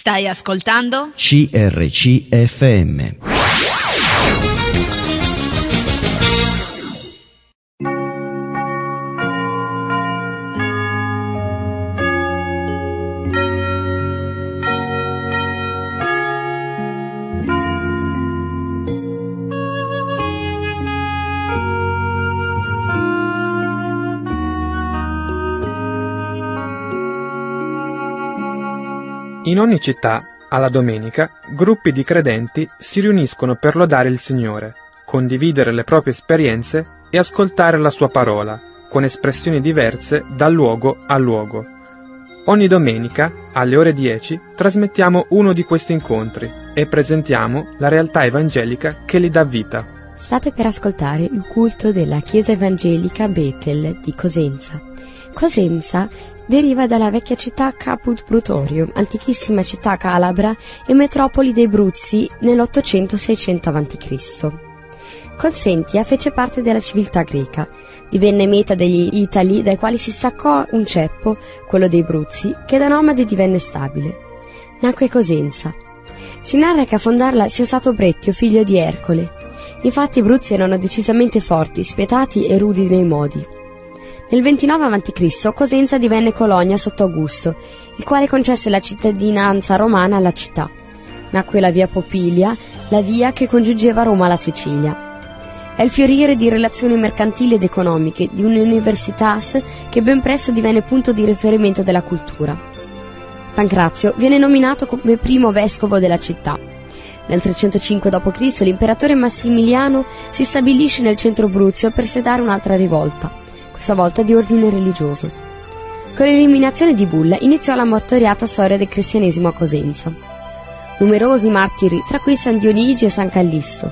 Stai ascoltando? CRC FM. In ogni città, alla domenica, gruppi di credenti si riuniscono per lodare il Signore, condividere le proprie esperienze e ascoltare la sua parola, con espressioni diverse da luogo a luogo. Ogni domenica, alle ore 10, trasmettiamo uno di questi incontri e presentiamo la realtà evangelica che li dà vita. State per ascoltare il culto della Chiesa Evangelica Bethel di Cosenza. Cosenza deriva dalla vecchia città Caput Prutorio, antichissima città calabra e metropoli dei Bruzzi nell'800-600 a.C. Consentia fece parte della civiltà greca. Divenne meta degli Itali, dai quali si staccò un ceppo, quello dei Bruzzi, che da nomade divenne stabile. Nacque Cosenza. Si narra che a fondarla sia stato Brecchio, figlio di Ercole. Infatti i Bruzzi erano decisamente forti, spietati e rudi nei modi. Nel 29 a.C. Cosenza divenne colonia sotto Augusto, il quale concesse la cittadinanza romana alla città. Nacque la via Popilia, la via che congiungeva Roma alla Sicilia. È il fiorire di relazioni mercantili ed economiche di un'universitas che ben presto divenne punto di riferimento della cultura. Pancrazio viene nominato come primo vescovo della città. Nel 305 d.C. l'imperatore Massimiliano si stabilisce nel centro Bruzio per sedare un'altra rivolta, questa volta di ordine religioso. Con l'eliminazione di Bulla iniziò la martoriata storia del cristianesimo a Cosenza. Numerosi martiri, tra cui San Dionigi e San Callisto.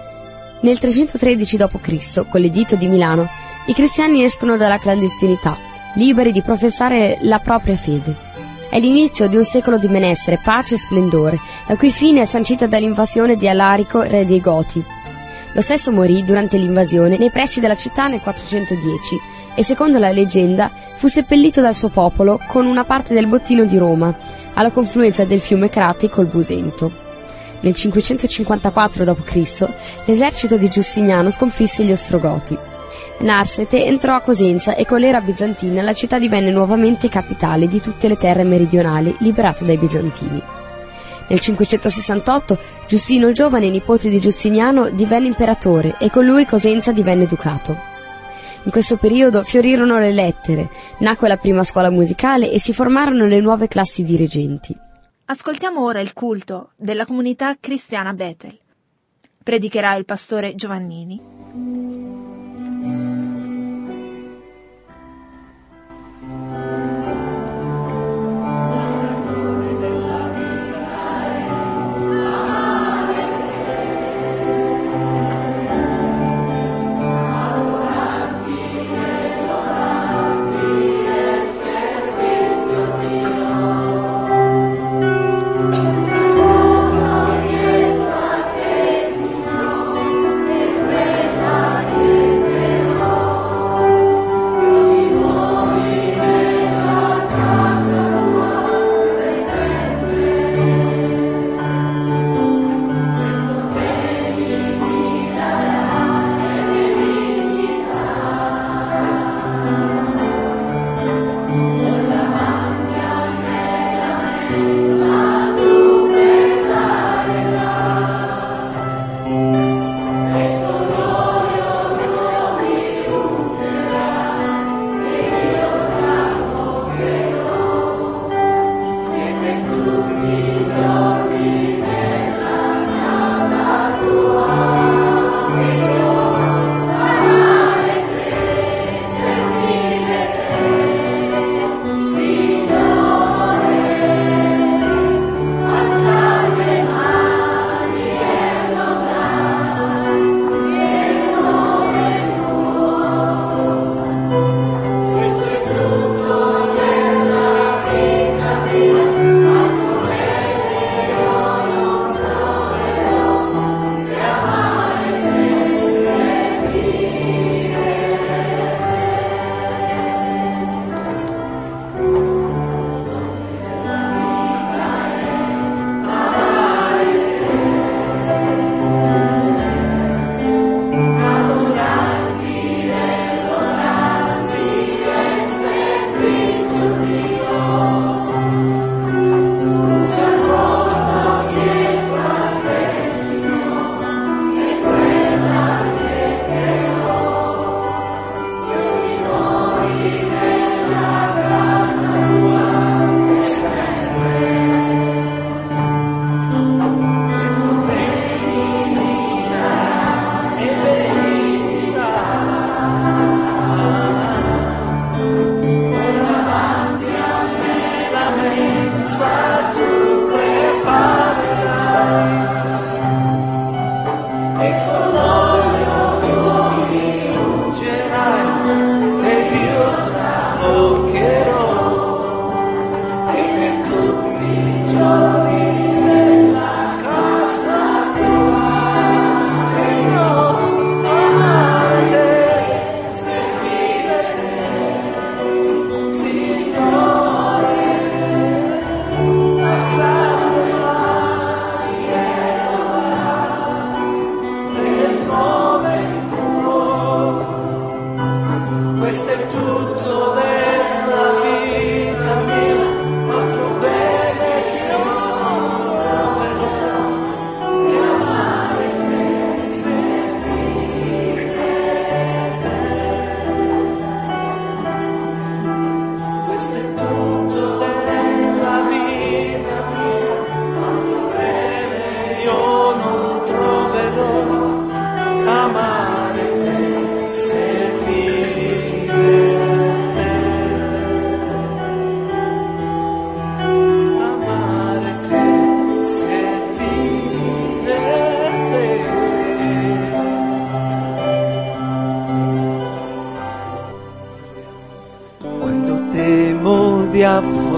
Nel 313 d.C., con l'editto di Milano, i cristiani escono dalla clandestinità, liberi di professare la propria fede. È l'inizio di un secolo di benessere, pace e splendore, la cui fine è sancita dall'invasione di Alarico, re dei Goti. Lo stesso morì durante l'invasione nei pressi della città nel 410 e, secondo la leggenda, fu seppellito dal suo popolo con una parte del bottino di Roma, alla confluenza del fiume Crati col Busento. Nel 554 d.C. l'esercito di Giustiniano sconfisse gli Ostrogoti. Narsete entrò a Cosenza e con l'era bizantina la città divenne nuovamente capitale di tutte le terre meridionali liberate dai bizantini. Nel 568 Giustino il Giovane, nipote di Giustiniano, divenne imperatore e con lui Cosenza divenne ducato. In questo periodo fiorirono le lettere, nacque la prima scuola musicale e si formarono le nuove classi dirigenti. Ascoltiamo ora il culto della comunità cristiana Bethel. Predicherà il pastore Giovannini.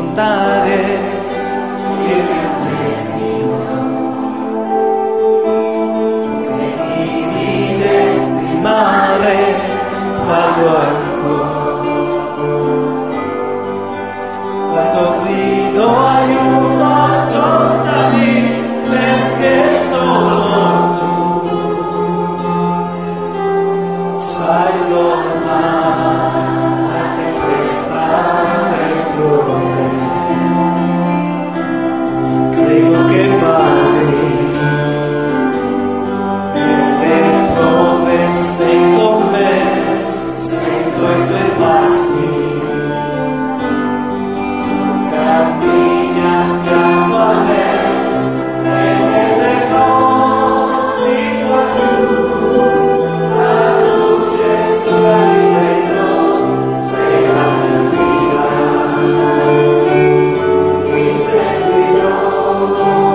affrontare, vieni a me Signore. Tu che dividesti il mare, fallo ancora. Quando grido aiuto, ascoltami, perché solo tu sai domani la tempesta dentro me. Credo che mani nelle prove sei con me, sento i tuoi passi. Cammini a fianco a me e nelle notti qua giù la luce tu la rivedrò, sei la mia guida, ti seguirò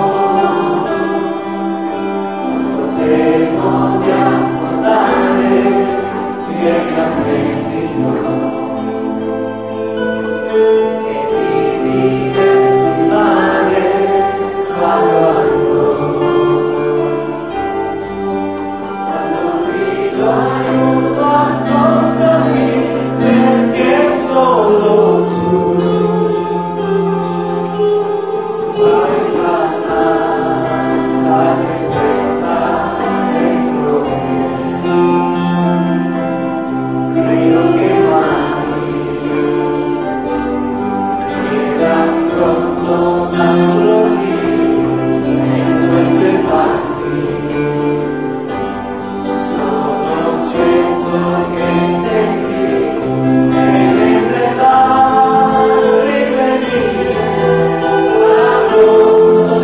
quando temo di affrontare, vieni a me Signore. Aiuto, ascoltami, perché solo tu sai calmare la tempesta dentro me. Credo che mani ti raffronto dentro lì, sento i tuoi passi. Che segui e nelle lacrime mie addosso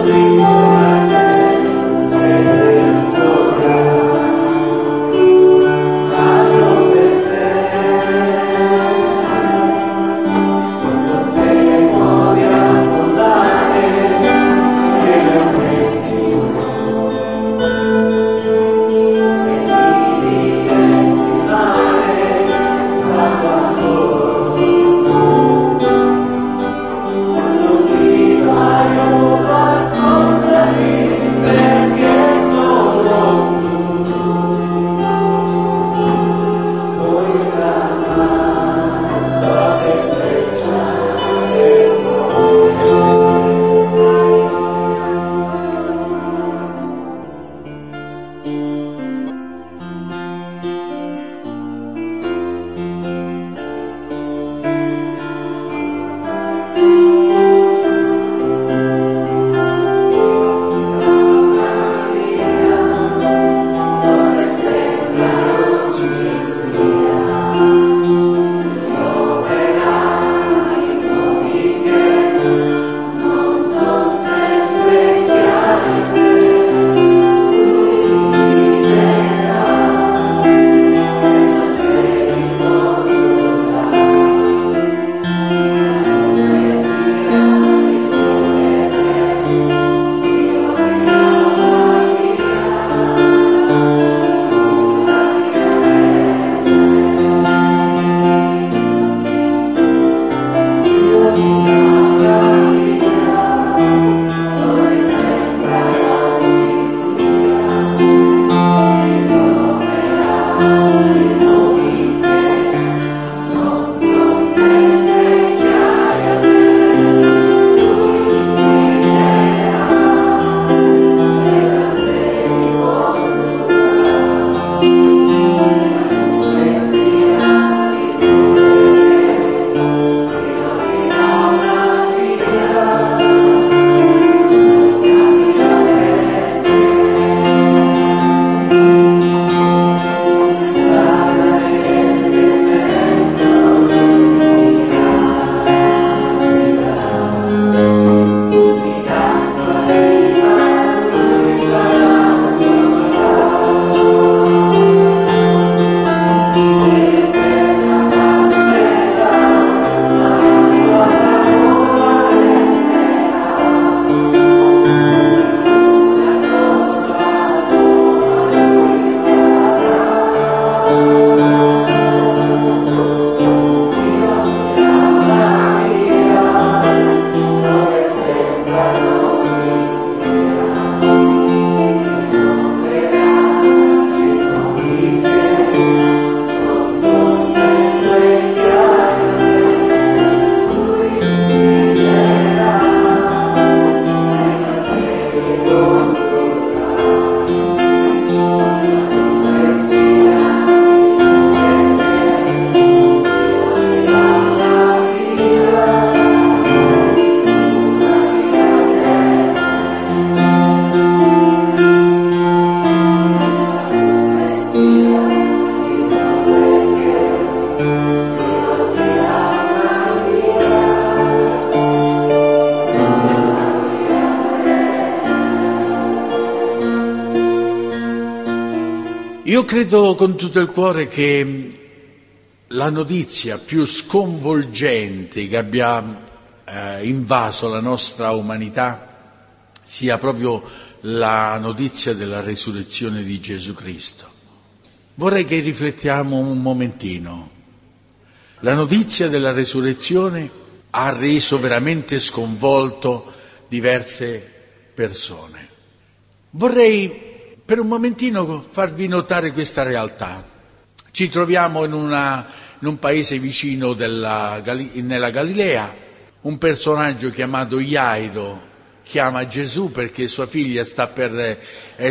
Io credo con tutto il cuore che la notizia più sconvolgente che abbia invaso la nostra umanità sia proprio la notizia della resurrezione di Gesù Cristo. Vorrei che riflettiamo un momentino. La notizia della resurrezione ha reso veramente sconvolto diverse persone. Vorrei per un momentino farvi notare questa realtà. Ci troviamo in un paese vicino nella Galilea, un personaggio chiamato Jairo chiama Gesù perché sua figlia sta per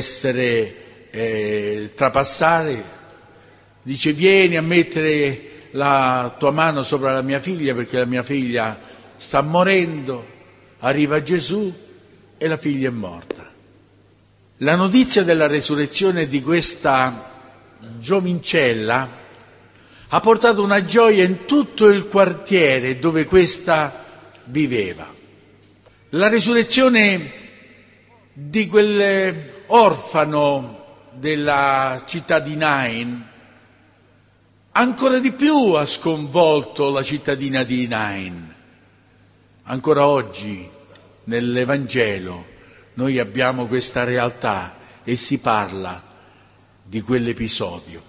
essere trapassare, dice: vieni a mettere la tua mano sopra la mia figlia perché la mia figlia sta morendo. Arriva Gesù e la figlia è morta. La notizia della resurrezione di questa giovincella ha portato una gioia in tutto il quartiere dove questa viveva. La resurrezione di quell'orfano della città di Nain ancora di più ha sconvolto la cittadina di Nain. Ancora oggi nell'Evangelo noi abbiamo questa realtà e si parla di quell'episodio.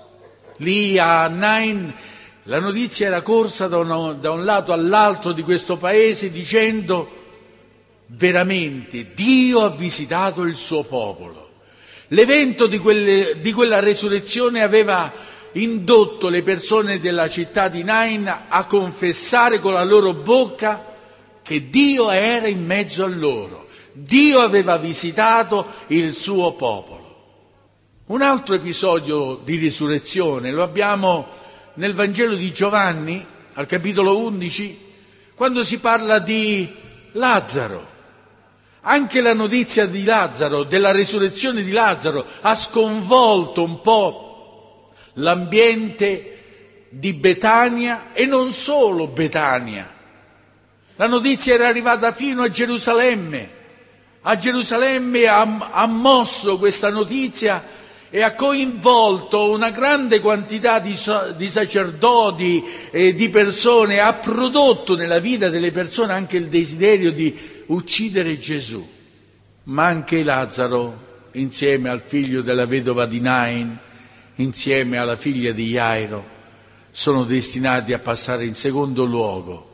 Lì a Nain la notizia era corsa da un lato all'altro di questo paese dicendo: veramente Dio ha visitato il suo popolo. L'evento di quella resurrezione aveva indotto le persone della città di Nain a confessare con la loro bocca che Dio era in mezzo a loro. Dio aveva visitato il suo popolo. Un altro episodio di risurrezione lo abbiamo nel Vangelo di Giovanni, al capitolo 11, quando si parla di Lazzaro. Anche la notizia di Lazzaro, della resurrezione di Lazzaro, ha sconvolto un po' l'ambiente di Betania e non solo Betania. La notizia era arrivata fino a Gerusalemme. A Gerusalemme ha mosso questa notizia e ha coinvolto una grande quantità di sacerdoti e di persone, ha prodotto nella vita delle persone anche il desiderio di uccidere Gesù. Ma anche Lazzaro, insieme al figlio della vedova di Nain, insieme alla figlia di Jairo, sono destinati a passare in secondo luogo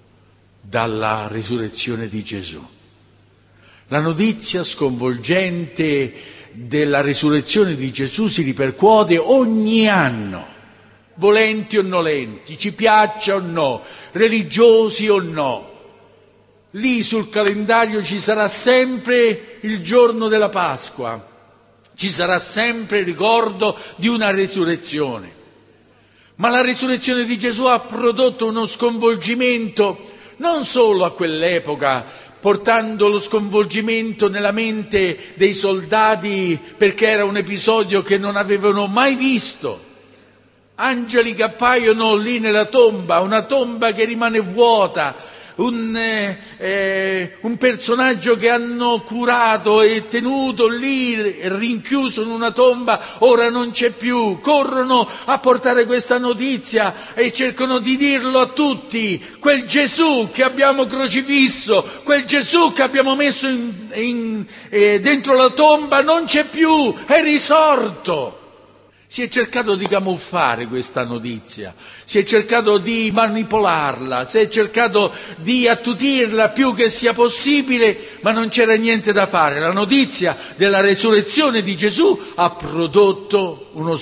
dalla risurrezione di Gesù. La notizia sconvolgente della risurrezione di Gesù si ripercuote ogni anno, volenti o nolenti, ci piaccia o no, religiosi o no. Lì sul calendario ci sarà sempre il giorno della Pasqua, ci sarà sempre il ricordo di una risurrezione. Ma la risurrezione di Gesù ha prodotto uno sconvolgimento non solo a quell'epoca, portando lo sconvolgimento nella mente dei soldati perché era un episodio che non avevano mai visto. Angeli che appaiono lì nella tomba, una tomba che rimane vuota, un personaggio che hanno curato e tenuto lì rinchiuso in una tomba, ora non c'è più. Corrono a portare questa notizia e cercano di dirlo a tutti: quel Gesù che abbiamo crocifisso, quel Gesù che abbiamo messo dentro la tomba non c'è più, è risorto. Si è cercato di camuffare questa notizia, si è cercato di manipolarla, si è cercato di attutirla più che sia possibile, ma non c'era niente da fare. La notizia della resurrezione di Gesù ha prodotto uno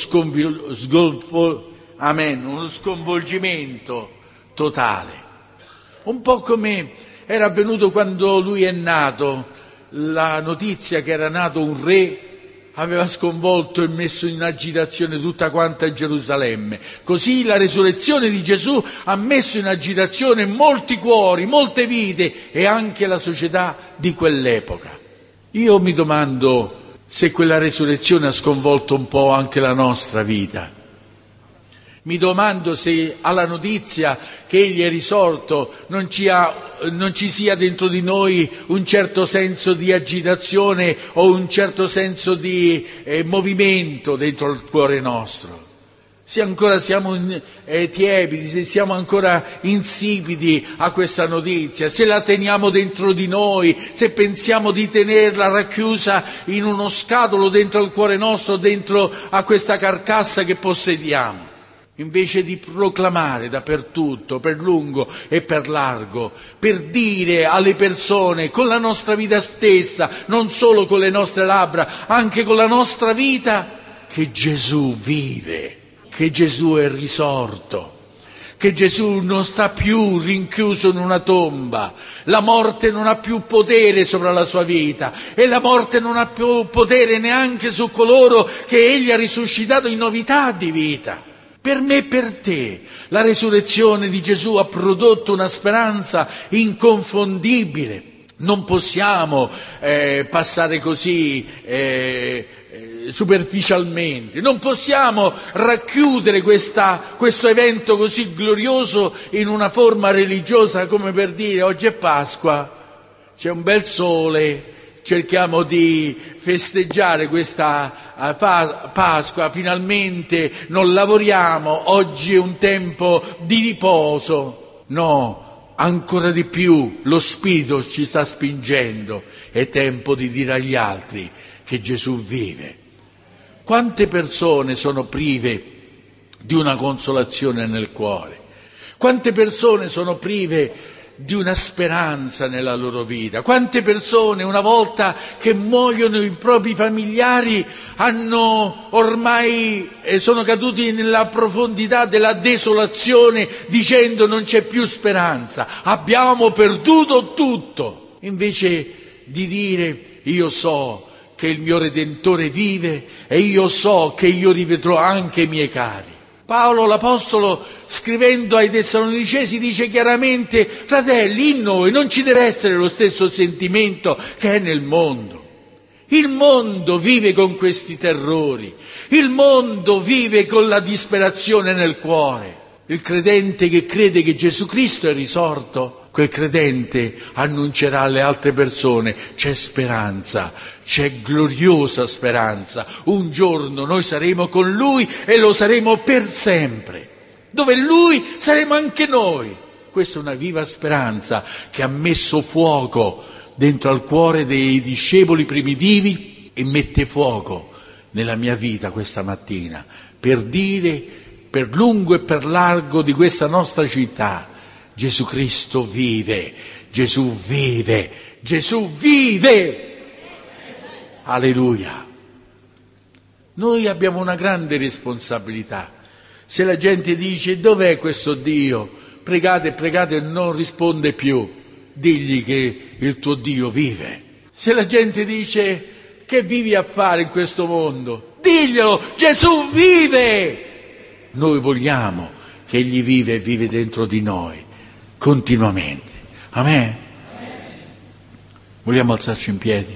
sconvolgimento totale. Un po' come era avvenuto quando lui è nato, la notizia che era nato un re aveva sconvolto e messo in agitazione tutta quanta Gerusalemme. Così la resurrezione di Gesù ha messo in agitazione molti cuori, molte vite e anche la società di quell'epoca. Io mi domando se quella resurrezione ha sconvolto un po' anche la nostra vita. Mi domando se alla notizia che egli è risorto non ci sia dentro di noi un certo senso di agitazione o un certo senso di movimento dentro il cuore nostro. Se ancora siamo tiepidi, se siamo ancora insipidi a questa notizia, se la teniamo dentro di noi, se pensiamo di tenerla racchiusa in uno scatolo dentro il cuore nostro, dentro a questa carcassa che possediamo. Invece di proclamare dappertutto, per lungo e per largo, per dire alle persone con la nostra vita stessa, non solo con le nostre labbra, anche con la nostra vita, che Gesù vive, che Gesù è risorto, che Gesù non sta più rinchiuso in una tomba, la morte non ha più potere sopra la sua vita e la morte non ha più potere neanche su coloro che Egli ha risuscitato in novità di vita. Per me e per te la resurrezione di Gesù ha prodotto una speranza inconfondibile. Non possiamo passare così superficialmente, non possiamo racchiudere questo evento così glorioso in una forma religiosa come per dire oggi è Pasqua, c'è un bel sole, cerchiamo di festeggiare questa Pasqua, finalmente non lavoriamo, oggi è un tempo di riposo. No, ancora di più lo Spirito ci sta spingendo, è tempo di dire agli altri che Gesù vive. Quante persone sono prive di una consolazione nel cuore? Quante persone sono prive di una speranza nella loro vita? Quante persone, una volta che muoiono i propri familiari, sono caduti nella profondità della desolazione, dicendo non c'è più speranza, abbiamo perduto tutto, invece di dire io so che il mio Redentore vive e io so che io rivedrò anche i miei cari. Paolo l'Apostolo, scrivendo ai Tessalonicesi, dice chiaramente: fratelli, in noi non ci deve essere lo stesso sentimento che è nel mondo. Il mondo vive con questi terrori, il mondo vive con la disperazione nel cuore. Il credente che crede che Gesù Cristo è risorto, quel credente annuncerà alle altre persone: c'è speranza, c'è gloriosa speranza. Un giorno noi saremo con Lui e lo saremo per sempre. Dove Lui saremo anche noi. Questa è una viva speranza che ha messo fuoco dentro al cuore dei discepoli primitivi e mette fuoco nella mia vita questa mattina per dire per lungo e per largo di questa nostra città: Gesù Cristo vive, Gesù vive, Gesù vive! Alleluia! Noi abbiamo una grande responsabilità. Se la gente dice: dov'è questo Dio? Pregate, pregate e non risponde più. Digli che il tuo Dio vive. Se la gente dice: che vivi a fare in questo mondo? Diglielo, Gesù vive! Noi vogliamo che Egli vive e vive dentro di noi, continuamente. Amen? Vogliamo alzarci in piedi?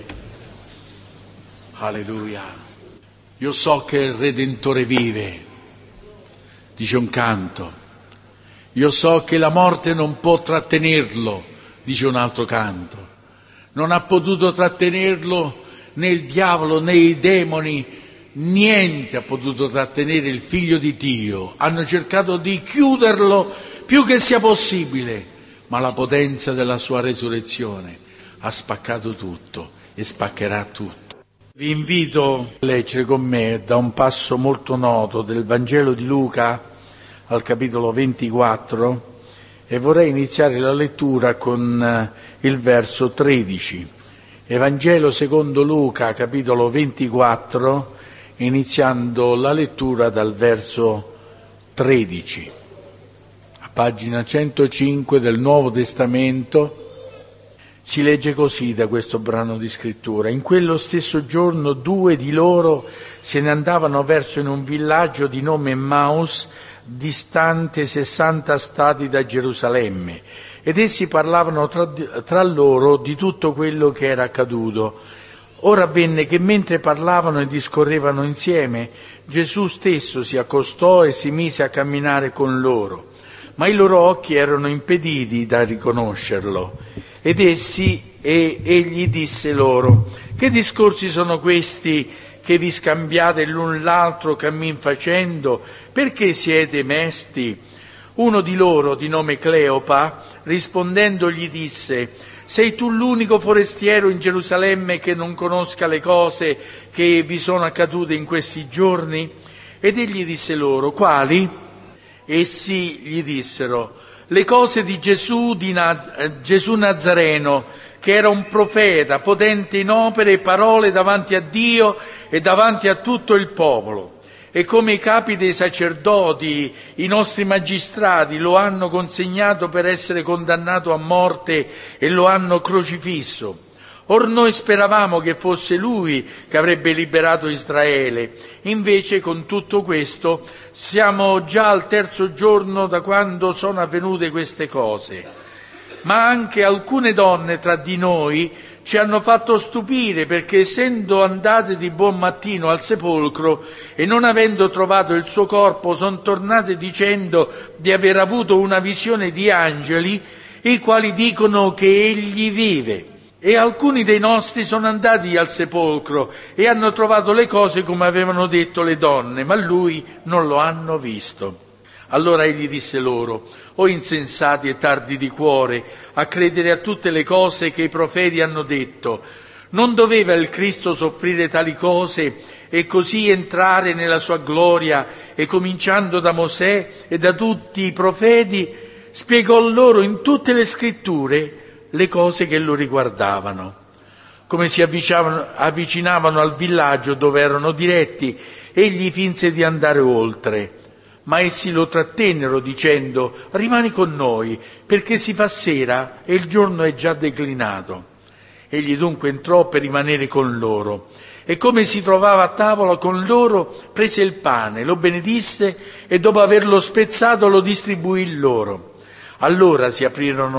Alleluia. Io so che il Redentore vive, dice un canto. Io so che la morte non può trattenerlo, dice un altro canto. Non ha potuto trattenerlo né il diavolo né i demoni. Niente ha potuto trattenere il Figlio di Dio. Hanno cercato di chiuderlo più che sia possibile, ma la potenza della sua resurrezione ha spaccato tutto e spaccherà tutto. Vi invito a leggere con me da un passo molto noto del Vangelo di Luca al capitolo 24 e vorrei iniziare la lettura con il verso 13. Evangelo secondo Luca, capitolo 24, iniziando la lettura dal verso 13. A pagina 105 del Nuovo Testamento si legge così da questo brano di scrittura: in quello stesso giorno 2 di loro se ne andavano verso in un villaggio di nome Emmaus, distante 60 stadi da Gerusalemme, ed essi parlavano tra loro di tutto quello che era accaduto. Ora avvenne che mentre parlavano e discorrevano insieme, Gesù stesso si accostò e si mise a camminare con loro, ma i loro occhi erano impediti da riconoscerlo. Ed egli disse loro: che discorsi sono questi che vi scambiate l'un l'altro cammin facendo? Perché siete mesti? Uno di loro, di nome Cleopa, rispondendo gli disse: sei tu l'unico forestiero in Gerusalemme che non conosca le cose che vi sono accadute in questi giorni? Ed egli disse loro: quali? Essi gli dissero: le cose di Gesù Nazareno, che era un profeta, potente in opere e parole davanti a Dio e davanti a tutto il popolo. E come i capi dei sacerdoti, i nostri magistrati, lo hanno consegnato per essere condannato a morte e lo hanno crocifisso. Or noi speravamo che fosse lui che avrebbe liberato Israele. Invece, con tutto questo, siamo già al 3° giorno da quando sono avvenute queste cose. Ma anche alcune donne tra di noi ci hanno fatto stupire, perché essendo andate di buon mattino al sepolcro e non avendo trovato il suo corpo, sono tornate dicendo di aver avuto una visione di angeli, i quali dicono che egli vive. E alcuni dei nostri sono andati al sepolcro e hanno trovato le cose come avevano detto le donne, ma lui non lo hanno visto. Allora egli disse loro: o insensati e tardi di cuore, a credere a tutte le cose che i profeti hanno detto, non doveva il Cristo soffrire tali cose e così entrare nella sua gloria? E cominciando da Mosè e da tutti i profeti, spiegò loro in tutte le scritture le cose che lo riguardavano. Come si avvicinavano al villaggio dove erano diretti, egli finse di andare oltre. Ma essi lo trattennero dicendo: rimani con noi, perché si fa sera e il giorno è già declinato. Egli dunque entrò per rimanere con loro. E come si trovava a tavola con loro, prese il pane, lo benedisse e dopo averlo spezzato lo distribuì loro. Allora si aprirono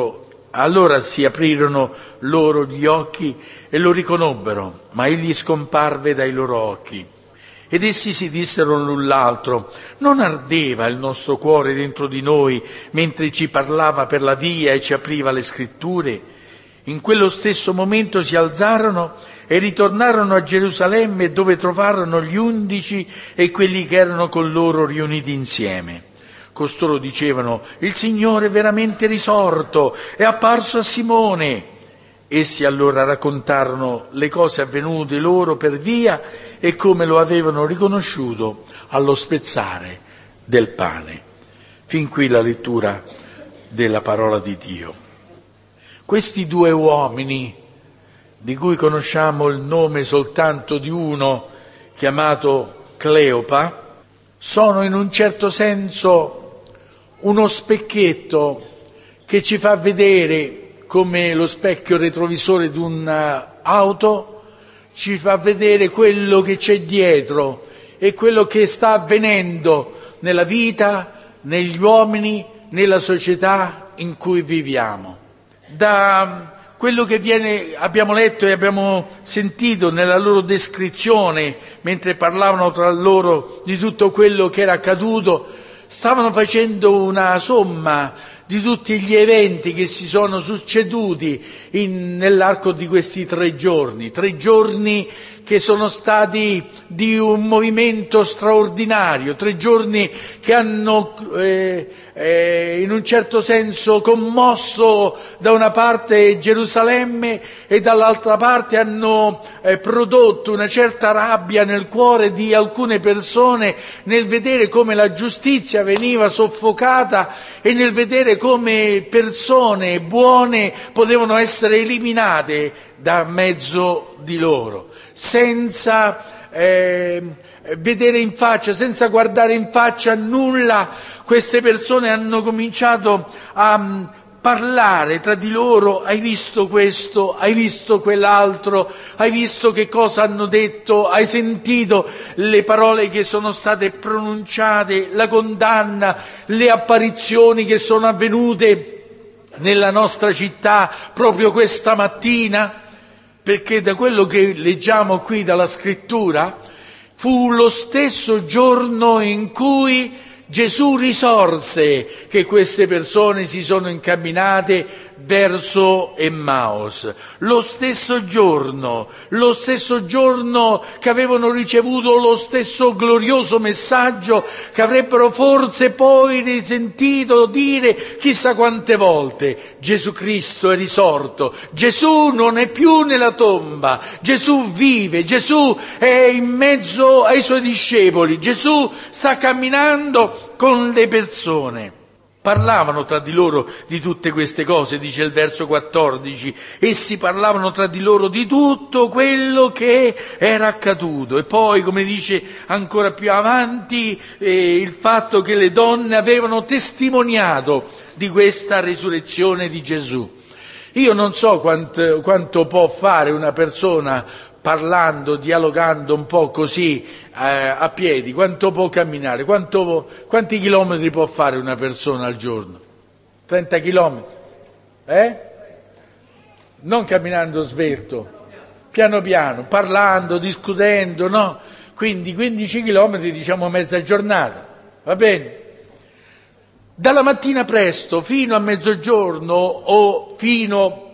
loro gli occhi e lo riconobbero, ma egli scomparve dai loro occhi. Ed essi si dissero l'un l'altro: non ardeva il nostro cuore dentro di noi mentre ci parlava per la via e ci apriva le scritture? In quello stesso momento si alzarono e ritornarono a Gerusalemme, dove trovarono gli 11 e quelli che erano con loro riuniti insieme. Costoro dicevano: il Signore è veramente risorto, è apparso a Simone. Essi allora raccontarono le cose avvenute loro per via e come lo avevano riconosciuto allo spezzare del pane. Fin qui la lettura della parola di Dio. Questi due uomini, di cui conosciamo il nome soltanto di uno, chiamato Cleopa, sono in un certo senso uno specchietto che ci fa vedere, come lo specchio retrovisore di un'auto, ci fa vedere quello che c'è dietro e quello che sta avvenendo nella vita, negli uomini, nella società in cui viviamo. Da quello che abbiamo letto e abbiamo sentito nella loro descrizione, mentre parlavano tra loro di tutto quello che era accaduto, stavano facendo una somma di tutti gli eventi che si sono succeduti nell'arco di questi 3 giorni che sono stati di un movimento straordinario, 3 giorni che hanno in un certo senso commosso da una parte Gerusalemme e dall'altra parte hanno prodotto una certa rabbia nel cuore di alcune persone nel vedere come la giustizia veniva soffocata e nel vedere come persone buone potevano essere eliminate da mezzo di loro, senza vedere in faccia, senza guardare in faccia nulla. Queste persone hanno cominciato a parlare tra di loro: hai visto questo, hai visto quell'altro, hai visto che cosa hanno detto, hai sentito le parole che sono state pronunciate, la condanna, le apparizioni che sono avvenute nella nostra città proprio questa mattina. perché da quello che leggiamo qui dalla scrittura, fu lo stesso giorno in cui Gesù risorse che queste persone si sono incamminate verso Emmaus. Lo stesso giorno che avevano ricevuto lo stesso glorioso messaggio che avrebbero forse poi risentito dire chissà quante volte: Gesù Cristo è risorto, Gesù non è più nella tomba, Gesù vive, Gesù è in mezzo ai suoi discepoli, Gesù sta camminando con le persone. Parlavano tra di loro di tutte queste cose, dice il verso 14, essi parlavano tra di loro di tutto quello che era accaduto. E poi, come dice ancora più avanti, il fatto che le donne avevano testimoniato di questa risurrezione di Gesù. Io non so quanto può fare una persona parlando, dialogando un po' così a piedi, quanto può camminare, quanti chilometri può fare una persona al giorno? 30 chilometri? Non camminando svelto, piano piano, parlando, discutendo, no? Quindi 15 chilometri, diciamo mezza giornata, va bene? Dalla mattina presto fino a mezzogiorno o fino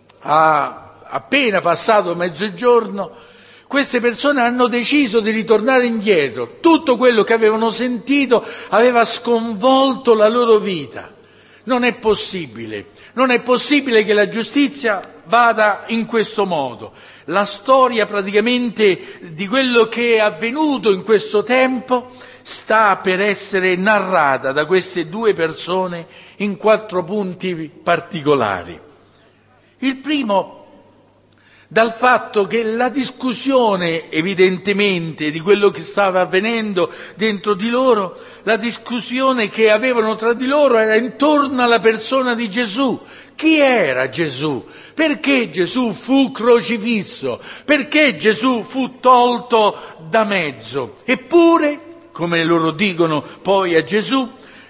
a appena passato mezzogiorno, queste persone hanno deciso di ritornare indietro. Tutto quello che avevano sentito aveva sconvolto la loro vita. Non è possibile che la giustizia vada in questo modo. La storia praticamente di quello che è avvenuto in questo tempo sta per essere narrata da queste due persone in 4 punti particolari. Il primo, dal fatto che la discussione evidentemente di quello che stava avvenendo dentro di loro, la discussione che avevano tra di loro era intorno alla persona di Gesù. Chi era Gesù? Perché Gesù fu crocifisso? Perché Gesù fu tolto da mezzo? Eppure, come loro dicono poi a Gesù,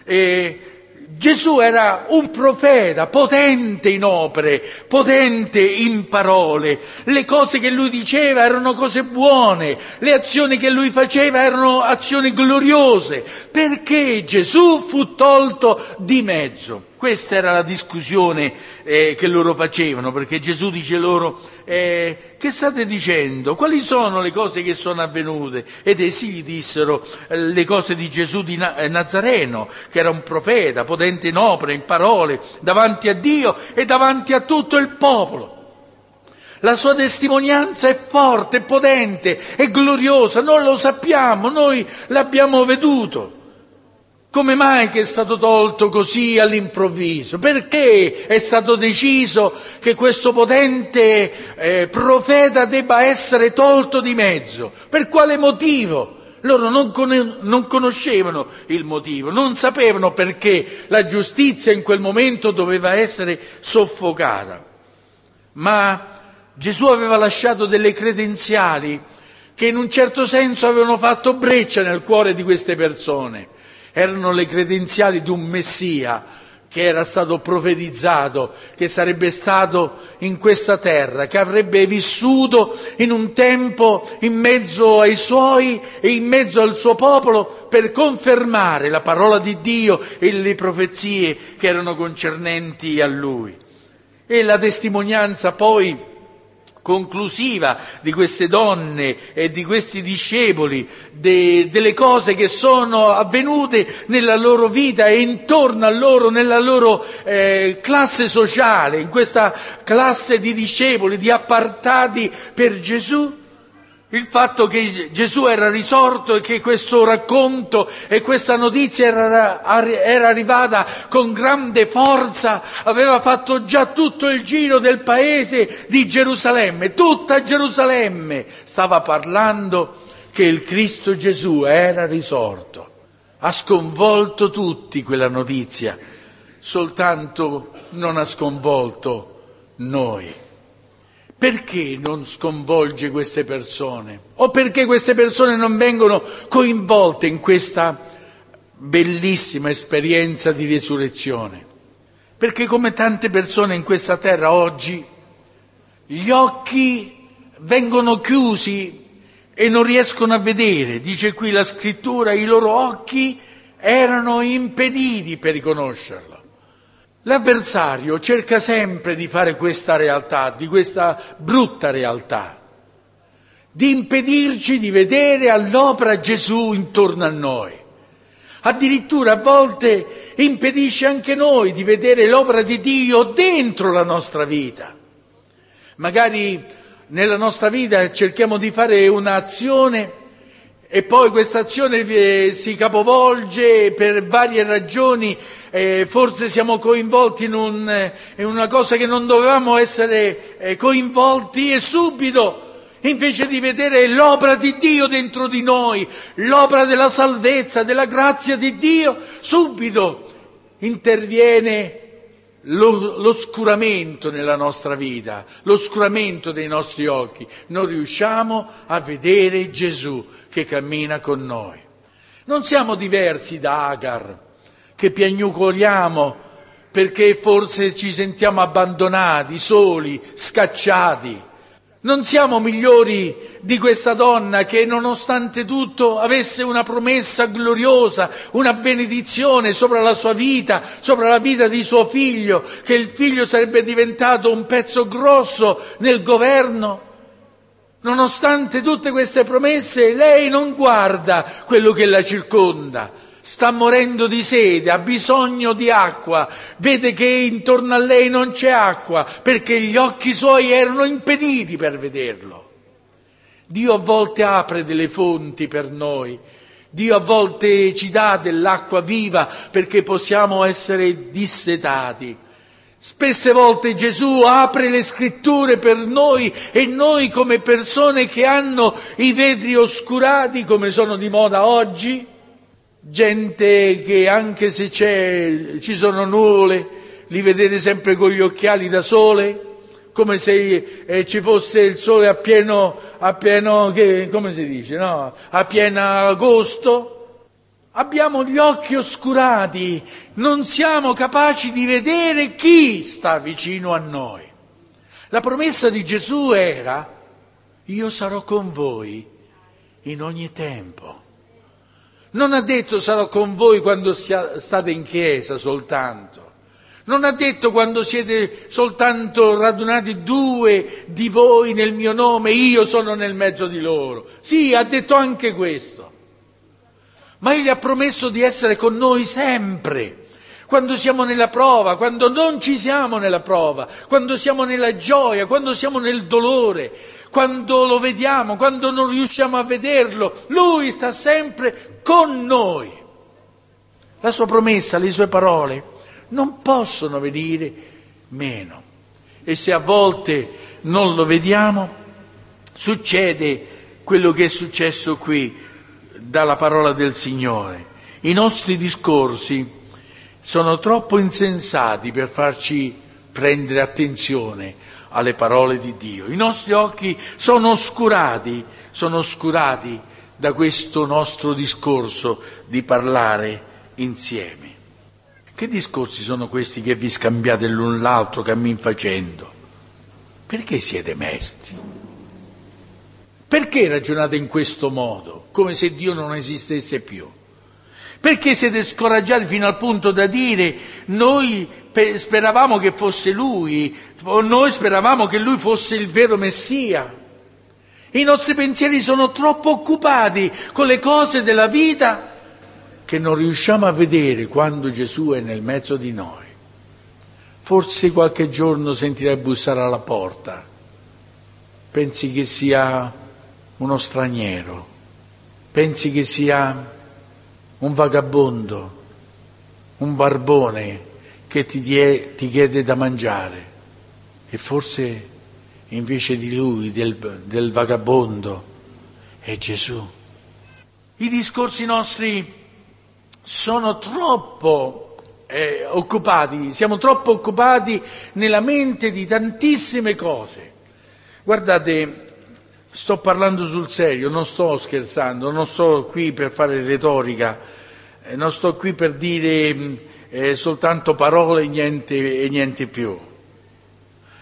Gesù era un profeta, potente in opere, potente in parole. Le cose che lui diceva erano cose buone, le azioni che lui faceva erano azioni gloriose. Perché Gesù fu tolto di mezzo? Questa era la discussione che loro facevano, perché Gesù dice loro: che state dicendo? Quali sono le cose che sono avvenute? Ed essi gli dissero le cose di Gesù di Nazareno, che era un profeta, potente in opere, in parole, davanti a Dio e davanti a tutto il popolo. La sua testimonianza è forte, è potente, è gloriosa, noi lo sappiamo, noi l'abbiamo veduto. Come mai che è stato tolto così all'improvviso? Perché è stato deciso che questo potente profeta debba essere tolto di mezzo? Per quale motivo? Loro non conoscevano il motivo, non sapevano perché la giustizia in quel momento doveva essere soffocata. Ma Gesù aveva lasciato delle credenziali che in un certo senso avevano fatto breccia nel cuore di queste persone. Erano le credenziali di un Messia che era stato profetizzato, che sarebbe stato in questa terra, che avrebbe vissuto in un tempo in mezzo ai suoi e in mezzo al suo popolo per confermare la parola di Dio e le profezie che erano concernenti a lui. E la testimonianza poi conclusiva di queste donne e di questi discepoli, delle cose che sono avvenute nella loro vita e intorno a loro, nella loro classe sociale, in questa classe di discepoli, di appartati per Gesù. Il fatto che Gesù era risorto e che questo racconto e questa notizia era arrivata con grande forza, aveva fatto già tutto il giro del paese di Gerusalemme. Tutta Gerusalemme stava parlando che il Cristo Gesù era risorto. Ha sconvolto tutti quella notizia, soltanto non ha sconvolto noi. Perché non sconvolge queste persone? O perché queste persone non vengono coinvolte in questa bellissima esperienza di risurrezione? Perché come tante persone in questa terra oggi, gli occhi vengono chiusi e non riescono a vedere. Dice qui la scrittura, i loro occhi erano impediti per riconoscerlo. L'avversario cerca sempre di fare questa realtà, di questa brutta realtà, di impedirci di vedere all'opera Gesù intorno a noi. Addirittura a volte impedisce anche noi di vedere l'opera di Dio dentro la nostra vita. Magari nella nostra vita cerchiamo di fare un'azione e poi questa azione si capovolge per varie ragioni, forse siamo coinvolti in una cosa che non dovevamo essere coinvolti, e subito, invece di vedere l'opera di Dio dentro di noi, l'opera della salvezza, della grazia di Dio, subito interviene l'oscuramento nella nostra vita, l'oscuramento dei nostri occhi. Non riusciamo a vedere Gesù che cammina con noi. Non siamo diversi da Agar, che piagnucoliamo perché forse ci sentiamo abbandonati, soli, scacciati. Non siamo migliori di questa donna che nonostante tutto avesse una promessa gloriosa, una benedizione sopra la sua vita, sopra la vita di suo figlio, che il figlio sarebbe diventato un pezzo grosso nel governo. Nonostante tutte queste promesse, lei non guarda quello che la circonda. Sta morendo di sete, ha bisogno di acqua, vede che intorno a lei non c'è acqua, perché gli occhi suoi erano impediti per vederlo. Dio a volte apre delle fonti per noi, Dio a volte ci dà dell'acqua viva perché possiamo essere dissetati. Spesse volte Gesù apre le scritture per noi e noi come persone che hanno i vetri oscurati, come sono di moda oggi, gente che anche se ci sono nuvole, li vedete sempre con gli occhiali da sole, come se ci fosse il sole a pieno come si dice, no? A pieno agosto. Abbiamo gli occhi oscurati, non siamo capaci di vedere chi sta vicino a noi. La promessa di Gesù era: io sarò con voi in ogni tempo. Non ha detto sarò con voi quando state in chiesa soltanto. Non ha detto quando siete soltanto radunati 2 di voi nel mio nome, io sono nel mezzo di loro. Sì, ha detto anche questo. Ma Egli ha promesso di essere con noi sempre. Quando siamo nella prova, quando non ci siamo nella prova, quando siamo nella gioia, quando siamo nel dolore, quando lo vediamo, quando non riusciamo a vederlo, Lui sta sempre con noi. La sua promessa, le sue parole non possono venire meno. E se a volte non lo vediamo, succede quello che è successo qui dalla parola del Signore. I nostri discorsi sono troppo insensati per farci prendere attenzione alle parole di Dio. I nostri occhi sono oscurati da questo nostro discorso di parlare insieme. Che discorsi sono questi che vi scambiate l'un l'altro cammin facendo? Perché siete mesti? Perché ragionate in questo modo, come se Dio non esistesse più? Perché siete scoraggiati fino al punto da dire noi speravamo che fosse Lui, o noi speravamo che Lui fosse il vero Messia? I nostri pensieri sono troppo occupati con le cose della vita che non riusciamo a vedere quando Gesù è nel mezzo di noi. Forse qualche giorno sentirai bussare alla porta, pensi che sia uno straniero, pensi che sia un vagabondo, un barbone che ti chiede da mangiare, e forse invece di lui, del vagabondo, è Gesù. I discorsi nostri sono troppo occupati, siamo troppo occupati nella mente di tantissime cose. Guardate, sto parlando sul serio, non sto scherzando, non sto qui per fare retorica, non sto qui per dire soltanto parole e niente più.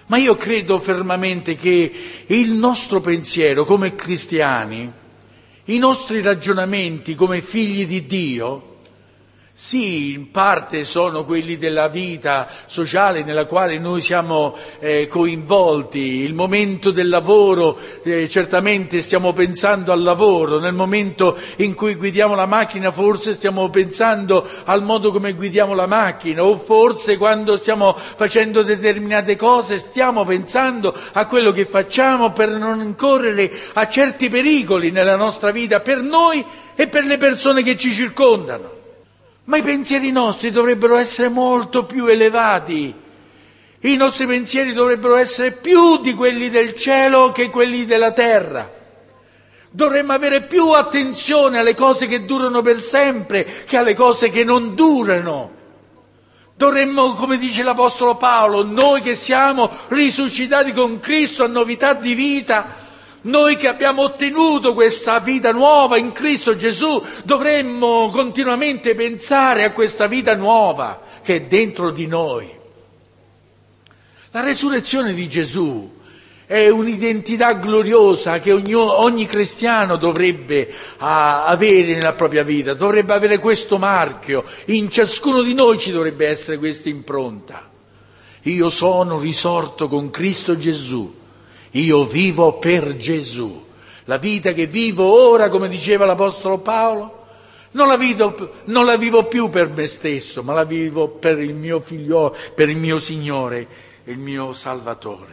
Ma io credo fermamente che il nostro pensiero come cristiani, i nostri ragionamenti come figli di Dio, sì, in parte sono quelli della vita sociale nella quale noi siamo coinvolti. Il momento del lavoro, certamente stiamo pensando al lavoro. Nel momento in cui guidiamo la macchina forse stiamo pensando al modo come guidiamo la macchina, o forse quando stiamo facendo determinate cose stiamo pensando a quello che facciamo per non incorrere a certi pericoli nella nostra vita, per noi e per le persone che ci circondano. Ma i pensieri nostri dovrebbero essere molto più elevati. I nostri pensieri dovrebbero essere più di quelli del cielo che quelli della terra. Dovremmo avere più attenzione alle cose che durano per sempre che alle cose che non durano. Dovremmo, come dice l'Apostolo Paolo, noi che siamo risuscitati con Cristo a novità di vita, noi che abbiamo ottenuto questa vita nuova in Cristo Gesù, dovremmo continuamente pensare a questa vita nuova che è dentro di noi. La resurrezione di Gesù è un'identità gloriosa che ogni cristiano dovrebbe avere nella propria vita, dovrebbe avere questo marchio, in ciascuno di noi ci dovrebbe essere questa impronta. Io sono risorto con Cristo Gesù. Io vivo per Gesù. La vita che vivo ora, come diceva l'Apostolo Paolo, non la vivo più per me stesso, ma la vivo per il mio figliolo, per il mio Signore, il mio Salvatore.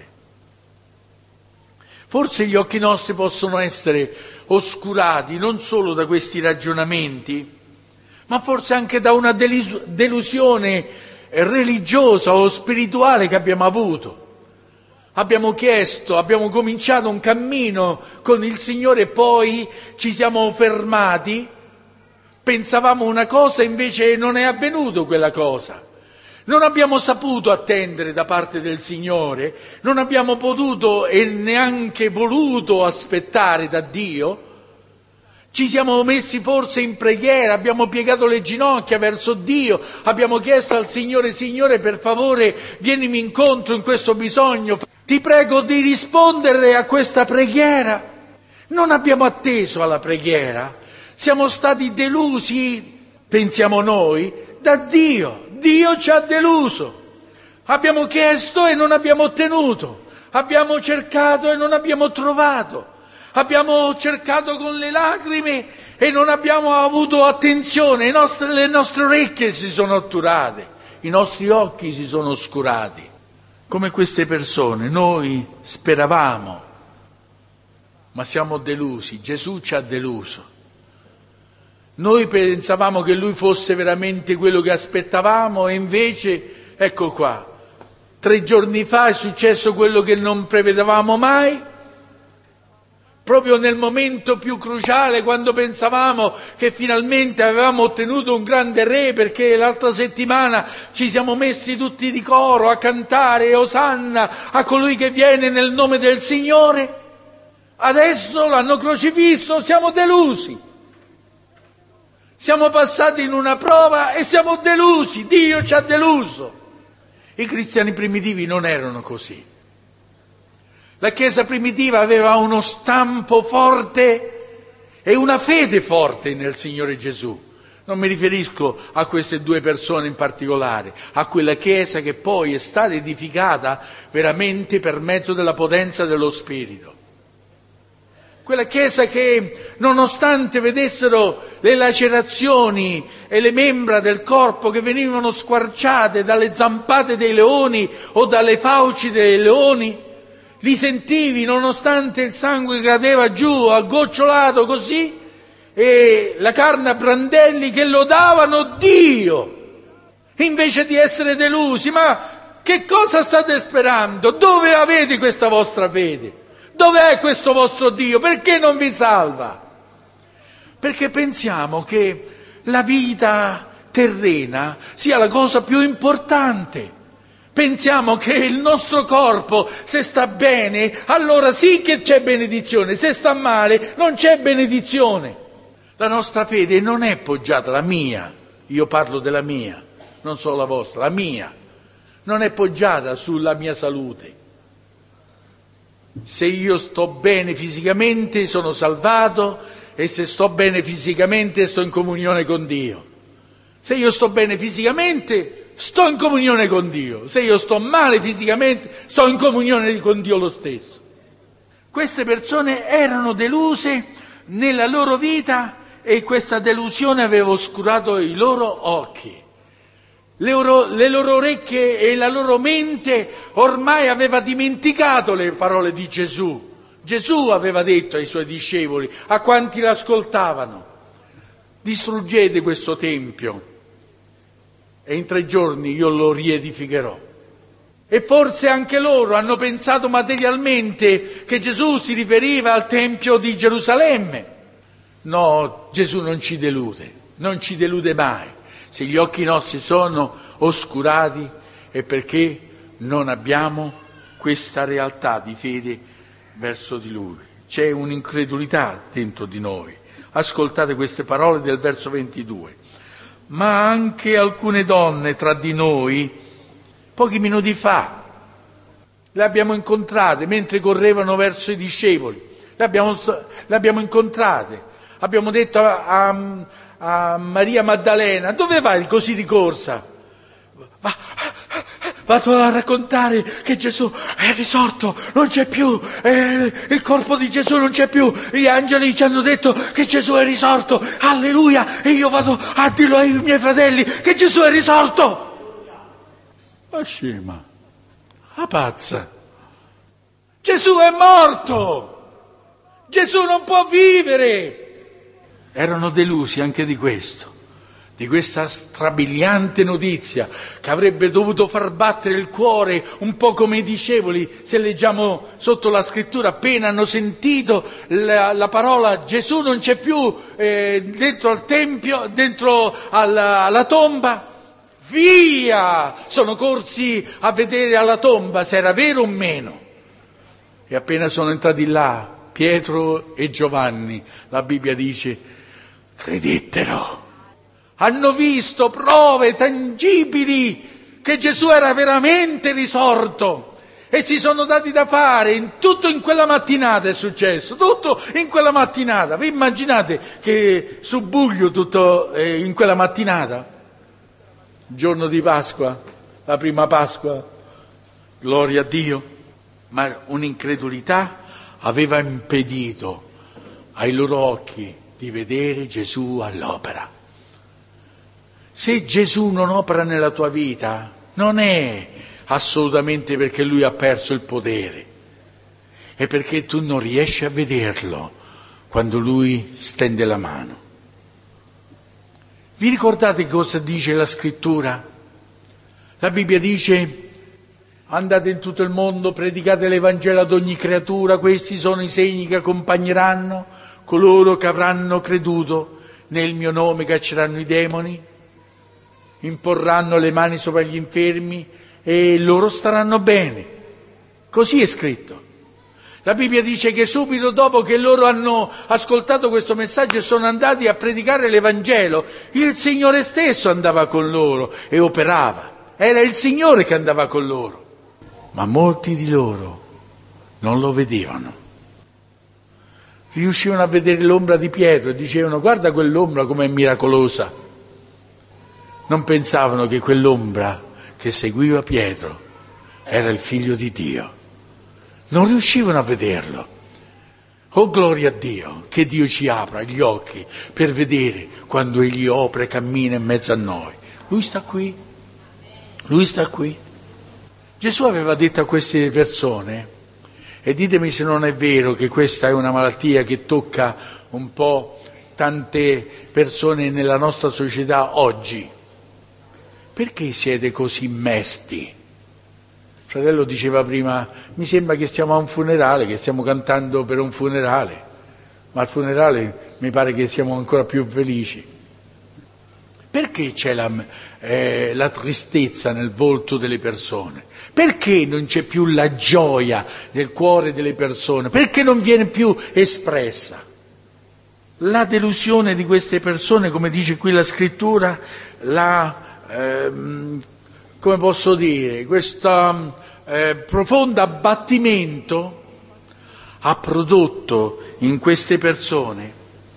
Forse gli occhi nostri possono essere oscurati non solo da questi ragionamenti, ma forse anche da una delusione religiosa o spirituale che abbiamo avuto. Abbiamo cominciato un cammino con il Signore e poi ci siamo fermati, pensavamo una cosa e invece non è avvenuto quella cosa. Non abbiamo saputo attendere da parte del Signore, non abbiamo potuto e neanche voluto aspettare da Dio. Ci siamo messi forse in preghiera, abbiamo piegato le ginocchia verso Dio, abbiamo chiesto al Signore: Signore, per favore, vienimi incontro in questo bisogno, ti prego di rispondere a questa preghiera. Non abbiamo atteso alla preghiera, siamo stati delusi, pensiamo noi, da Dio. Dio ci ha deluso. Abbiamo chiesto e non abbiamo ottenuto, abbiamo cercato e non abbiamo trovato. Abbiamo cercato con le lacrime e non abbiamo avuto attenzione, le nostre orecchie si sono otturate, i nostri occhi si sono oscurati. Come queste persone, noi speravamo, ma siamo delusi, Gesù ci ha deluso. Noi pensavamo che Lui fosse veramente quello che aspettavamo e invece, ecco qua, 3 giorni fa è successo quello che non prevedevamo mai. Proprio nel momento più cruciale, quando pensavamo che finalmente avevamo ottenuto un grande re, perché l'altra settimana ci siamo messi tutti di coro a cantare Osanna a colui che viene nel nome del Signore, adesso l'hanno crocifisso, siamo delusi. Siamo passati in una prova e siamo delusi, Dio ci ha deluso. I cristiani primitivi non erano così. La Chiesa primitiva aveva uno stampo forte e una fede forte nel Signore Gesù. Non mi riferisco a queste 2 persone in particolare, a quella Chiesa che poi è stata edificata veramente per mezzo della potenza dello Spirito. Quella Chiesa che, nonostante vedessero le lacerazioni e le membra del corpo che venivano squarciate dalle zampate dei leoni o dalle fauci dei leoni, li sentivi nonostante il sangue cadeva giù aggocciolato così, e la carne a brandelli che lodavano Dio, invece di essere delusi. Ma che cosa state sperando? Dove avete questa vostra fede? Dov'è questo vostro Dio? Perché non vi salva? Perché pensiamo che la vita terrena sia la cosa più importante. Pensiamo che il nostro corpo, se sta bene, allora sì che c'è benedizione, se sta male non c'è benedizione. La nostra fede non è poggiata, la mia, io parlo della mia, non solo la vostra, la mia, non è poggiata sulla mia salute, Se io sto bene fisicamente sono salvato, e se sto bene fisicamente sto in comunione con Dio. Se io sto bene fisicamente sto in comunione con Dio. Se io sto male fisicamente sto in comunione con Dio lo stesso. Queste persone erano deluse nella loro vita e questa delusione aveva oscurato i loro occhi. Le loro orecchie e la loro mente ormai aveva dimenticato le parole di Gesù. Gesù aveva detto ai suoi discepoli, a quanti l'ascoltavano: distruggete questo tempio e in 3 giorni io lo riedificherò. E forse anche loro hanno pensato materialmente che Gesù si riferiva al Tempio di Gerusalemme. No, Gesù non ci delude mai. Se gli occhi nostri sono oscurati è perché non abbiamo questa realtà di fede verso di Lui. C'è un'incredulità dentro di noi. Ascoltate queste parole del verso 22. Ma anche alcune donne tra di noi, pochi minuti fa, le abbiamo incontrate mentre correvano verso i discepoli. Le abbiamo incontrate. Abbiamo detto a Maria Maddalena: dove vai così di corsa? Vado a raccontare che Gesù è risorto, non c'è più, il corpo di Gesù non c'è più, gli angeli ci hanno detto che Gesù è risorto, alleluia, e io vado a dirlo ai miei fratelli che Gesù è risorto. Ma scema, la pazza, Gesù è morto, Gesù non può vivere. Erano delusi anche di questo, di questa strabiliante notizia che avrebbe dovuto far battere il cuore, un po' come i discepoli, se leggiamo sotto la scrittura, appena hanno sentito la parola Gesù non c'è più dentro al tempio, dentro alla tomba, via! Sono corsi a vedere alla tomba se era vero o meno. E appena sono entrati là, Pietro e Giovanni, la Bibbia dice, credettero. Hanno visto prove tangibili che Gesù era veramente risorto e si sono dati da fare. Tutto in quella mattinata è successo, tutto in quella mattinata. Vi immaginate che subbuglio tutto in quella mattinata? Giorno di Pasqua, la prima Pasqua, gloria a Dio. Ma un'incredulità aveva impedito ai loro occhi di vedere Gesù all'opera. Se Gesù non opera nella tua vita, non è assolutamente perché Lui ha perso il potere, è perché tu non riesci a vederlo quando Lui stende la mano. Vi ricordate cosa dice la Scrittura? La Bibbia dice: andate in tutto il mondo, predicate l'Evangelo ad ogni creatura, questi sono i segni che accompagneranno coloro che avranno creduto. Nel mio nome cacceranno i demoni, imporranno le mani sopra gli infermi e loro staranno bene. Così è scritto. La Bibbia dice che subito dopo che loro hanno ascoltato questo messaggio e sono andati a predicare l'Evangelo, il Signore stesso andava con loro e operava. Era il Signore che andava con loro. Ma molti di loro non lo vedevano. Riuscivano a vedere l'ombra di Pietro e dicevano: guarda quell'ombra com'è miracolosa. Non pensavano che quell'ombra che seguiva Pietro era il Figlio di Dio. Non riuscivano a vederlo. Oh, gloria a Dio, che Dio ci apra gli occhi per vedere quando Egli opera e cammina in mezzo a noi. Lui sta qui, Lui sta qui. Gesù aveva detto a queste persone, e ditemi se non è vero che questa è una malattia che tocca un po' tante persone nella nostra società oggi: perché siete così mesti? Il fratello diceva prima: mi sembra che stiamo a un funerale, che stiamo cantando per un funerale, ma al funerale mi pare che siamo ancora più felici. Perché c'è la tristezza nel volto delle persone? Perché non c'è più la gioia nel cuore delle persone? Perché non viene più espressa? La delusione di queste persone, come dice qui la Scrittura, come posso dire, questo profondo abbattimento ha prodotto in queste persone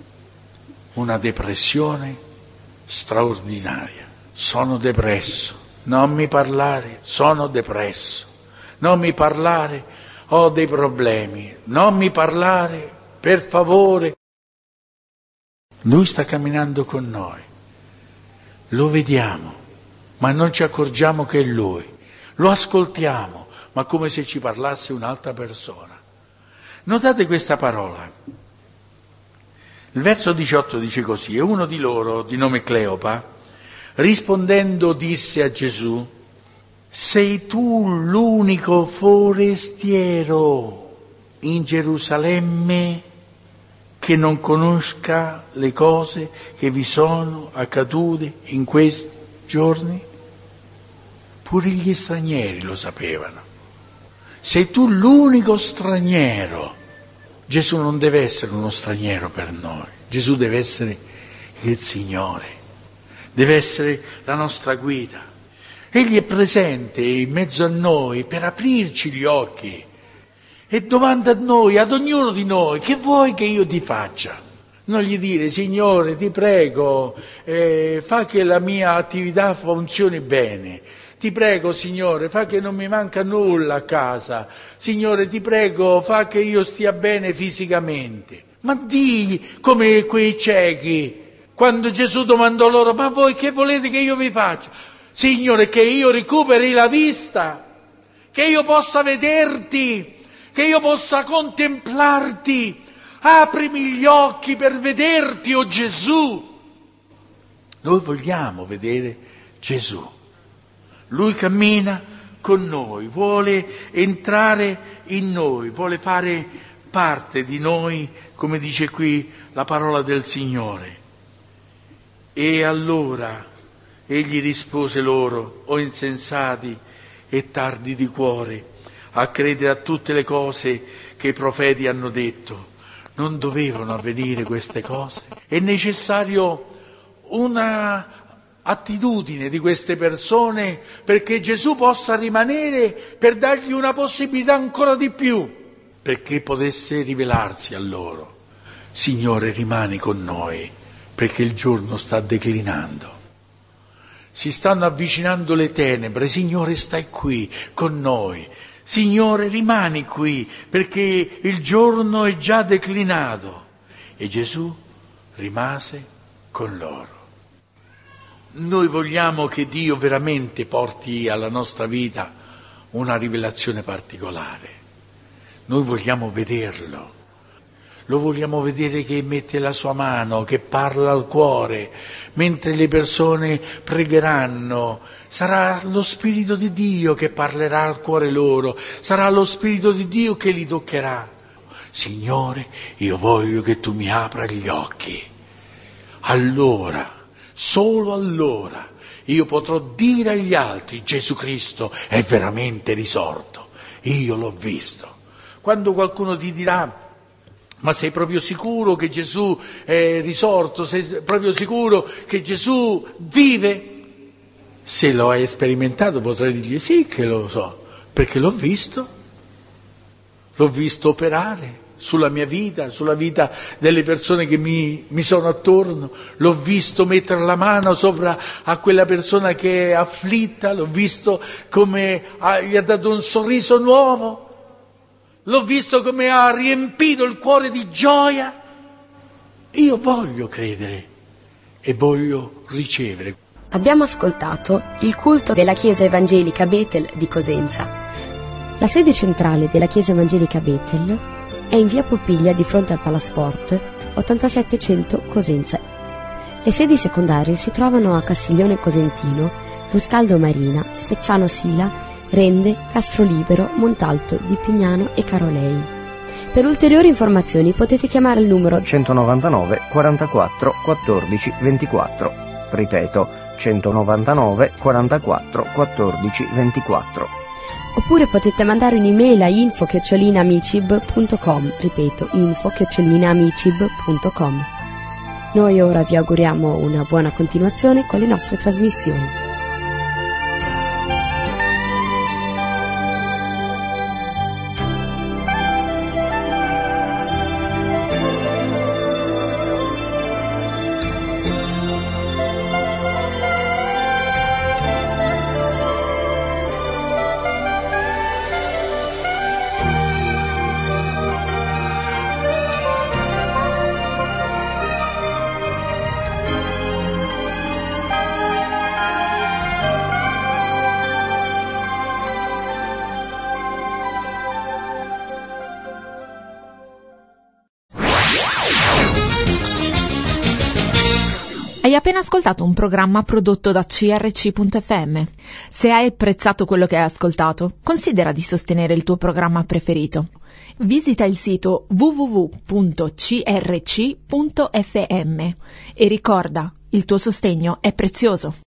una depressione straordinaria. Sono depresso, non mi parlare, sono depresso, non mi parlare, ho dei problemi, non mi parlare, per favore. Lui sta camminando con noi, lo vediamo, ma non ci accorgiamo che è Lui, lo ascoltiamo, ma come se ci parlasse un'altra persona. Notate questa parola. Il verso 18 dice così: e uno di loro, di nome Cleopa, rispondendo disse a Gesù: sei tu l'unico forestiero in Gerusalemme che non conosca le cose che vi sono accadute in questi giorni? Pure gli stranieri lo sapevano. Sei tu l'unico straniero. Gesù non deve essere uno straniero per noi. Gesù deve essere il Signore, deve essere la nostra guida. Egli è presente in mezzo a noi per aprirci gli occhi e domanda a noi, ad ognuno di noi: che vuoi che io ti faccia? Non gli dire: Signore, ti prego, fa che la mia attività funzioni bene. Ti prego, Signore, fa che non mi manca nulla a casa. Signore, ti prego, fa che io stia bene fisicamente. Ma di come quei ciechi, quando Gesù domandò loro: ma voi che volete che io vi faccia? Signore, che io recuperi la vista, che io possa vederti, che io possa contemplarti. Aprimi gli occhi per vederti, oh Gesù. Noi vogliamo vedere Gesù. Lui cammina con noi, vuole entrare in noi, vuole fare parte di noi, come dice qui la parola del Signore. E allora egli rispose loro: o insensati e tardi di cuore, a credere a tutte le cose che i profeti hanno detto. Non dovevano avvenire queste cose? È necessario una attitudine di queste persone perché Gesù possa rimanere, per dargli una possibilità ancora di più, perché potesse rivelarsi a loro. Signore, rimani con noi, perché il giorno sta declinando. Si stanno avvicinando le tenebre. Signore, stai qui con noi. Signore, rimani qui, perché il giorno è già declinato. E Gesù rimase con loro. Noi vogliamo che Dio veramente porti alla nostra vita una rivelazione particolare. Noi vogliamo vederlo. Lo vogliamo vedere che mette la sua mano, che parla al cuore. Mentre le persone pregheranno, sarà lo Spirito di Dio che parlerà al cuore loro. Sarà lo Spirito di Dio che li toccherà. Signore, io voglio che tu mi apra gli occhi. Allora, solo allora, io potrò dire agli altri: Gesù Cristo è veramente risorto. Io l'ho visto. Quando qualcuno ti dirà: ma sei proprio sicuro che Gesù è risorto? Sei proprio sicuro che Gesù vive? Se lo hai sperimentato potrai dirgli: sì che lo so, perché l'ho visto operare sulla mia vita, sulla vita delle persone che mi sono attorno. L'ho visto mettere la mano sopra a quella persona che è afflitta, l'ho visto come gli ha dato un sorriso nuovo. L'ho visto come ha riempito il cuore di gioia. Io voglio credere e voglio ricevere. Abbiamo ascoltato il culto della Chiesa Evangelica Bethel di Cosenza. La sede centrale della Chiesa Evangelica Bethel è in via Popiglia di fronte al Palasport, 8700 Cosenza. Le sedi secondarie si trovano a Castiglione Cosentino, Fuscaldo Marina, Spezzano Sila, Rende, Castrolibero, Montalto, di Pignano e Carolei. Per ulteriori informazioni potete chiamare il numero 199 44 14 24. Ripeto, 199 44 14 24. Oppure potete mandare un'email a info@amicib.com. Ripeto, info@amicib.com. Noi ora vi auguriamo una buona continuazione con le nostre trasmissioni. Hai appena ascoltato un programma prodotto da CRC.fm. Se hai apprezzato quello che hai ascoltato, considera di sostenere il tuo programma preferito. Visita il sito www.crc.fm e ricorda, il tuo sostegno è prezioso.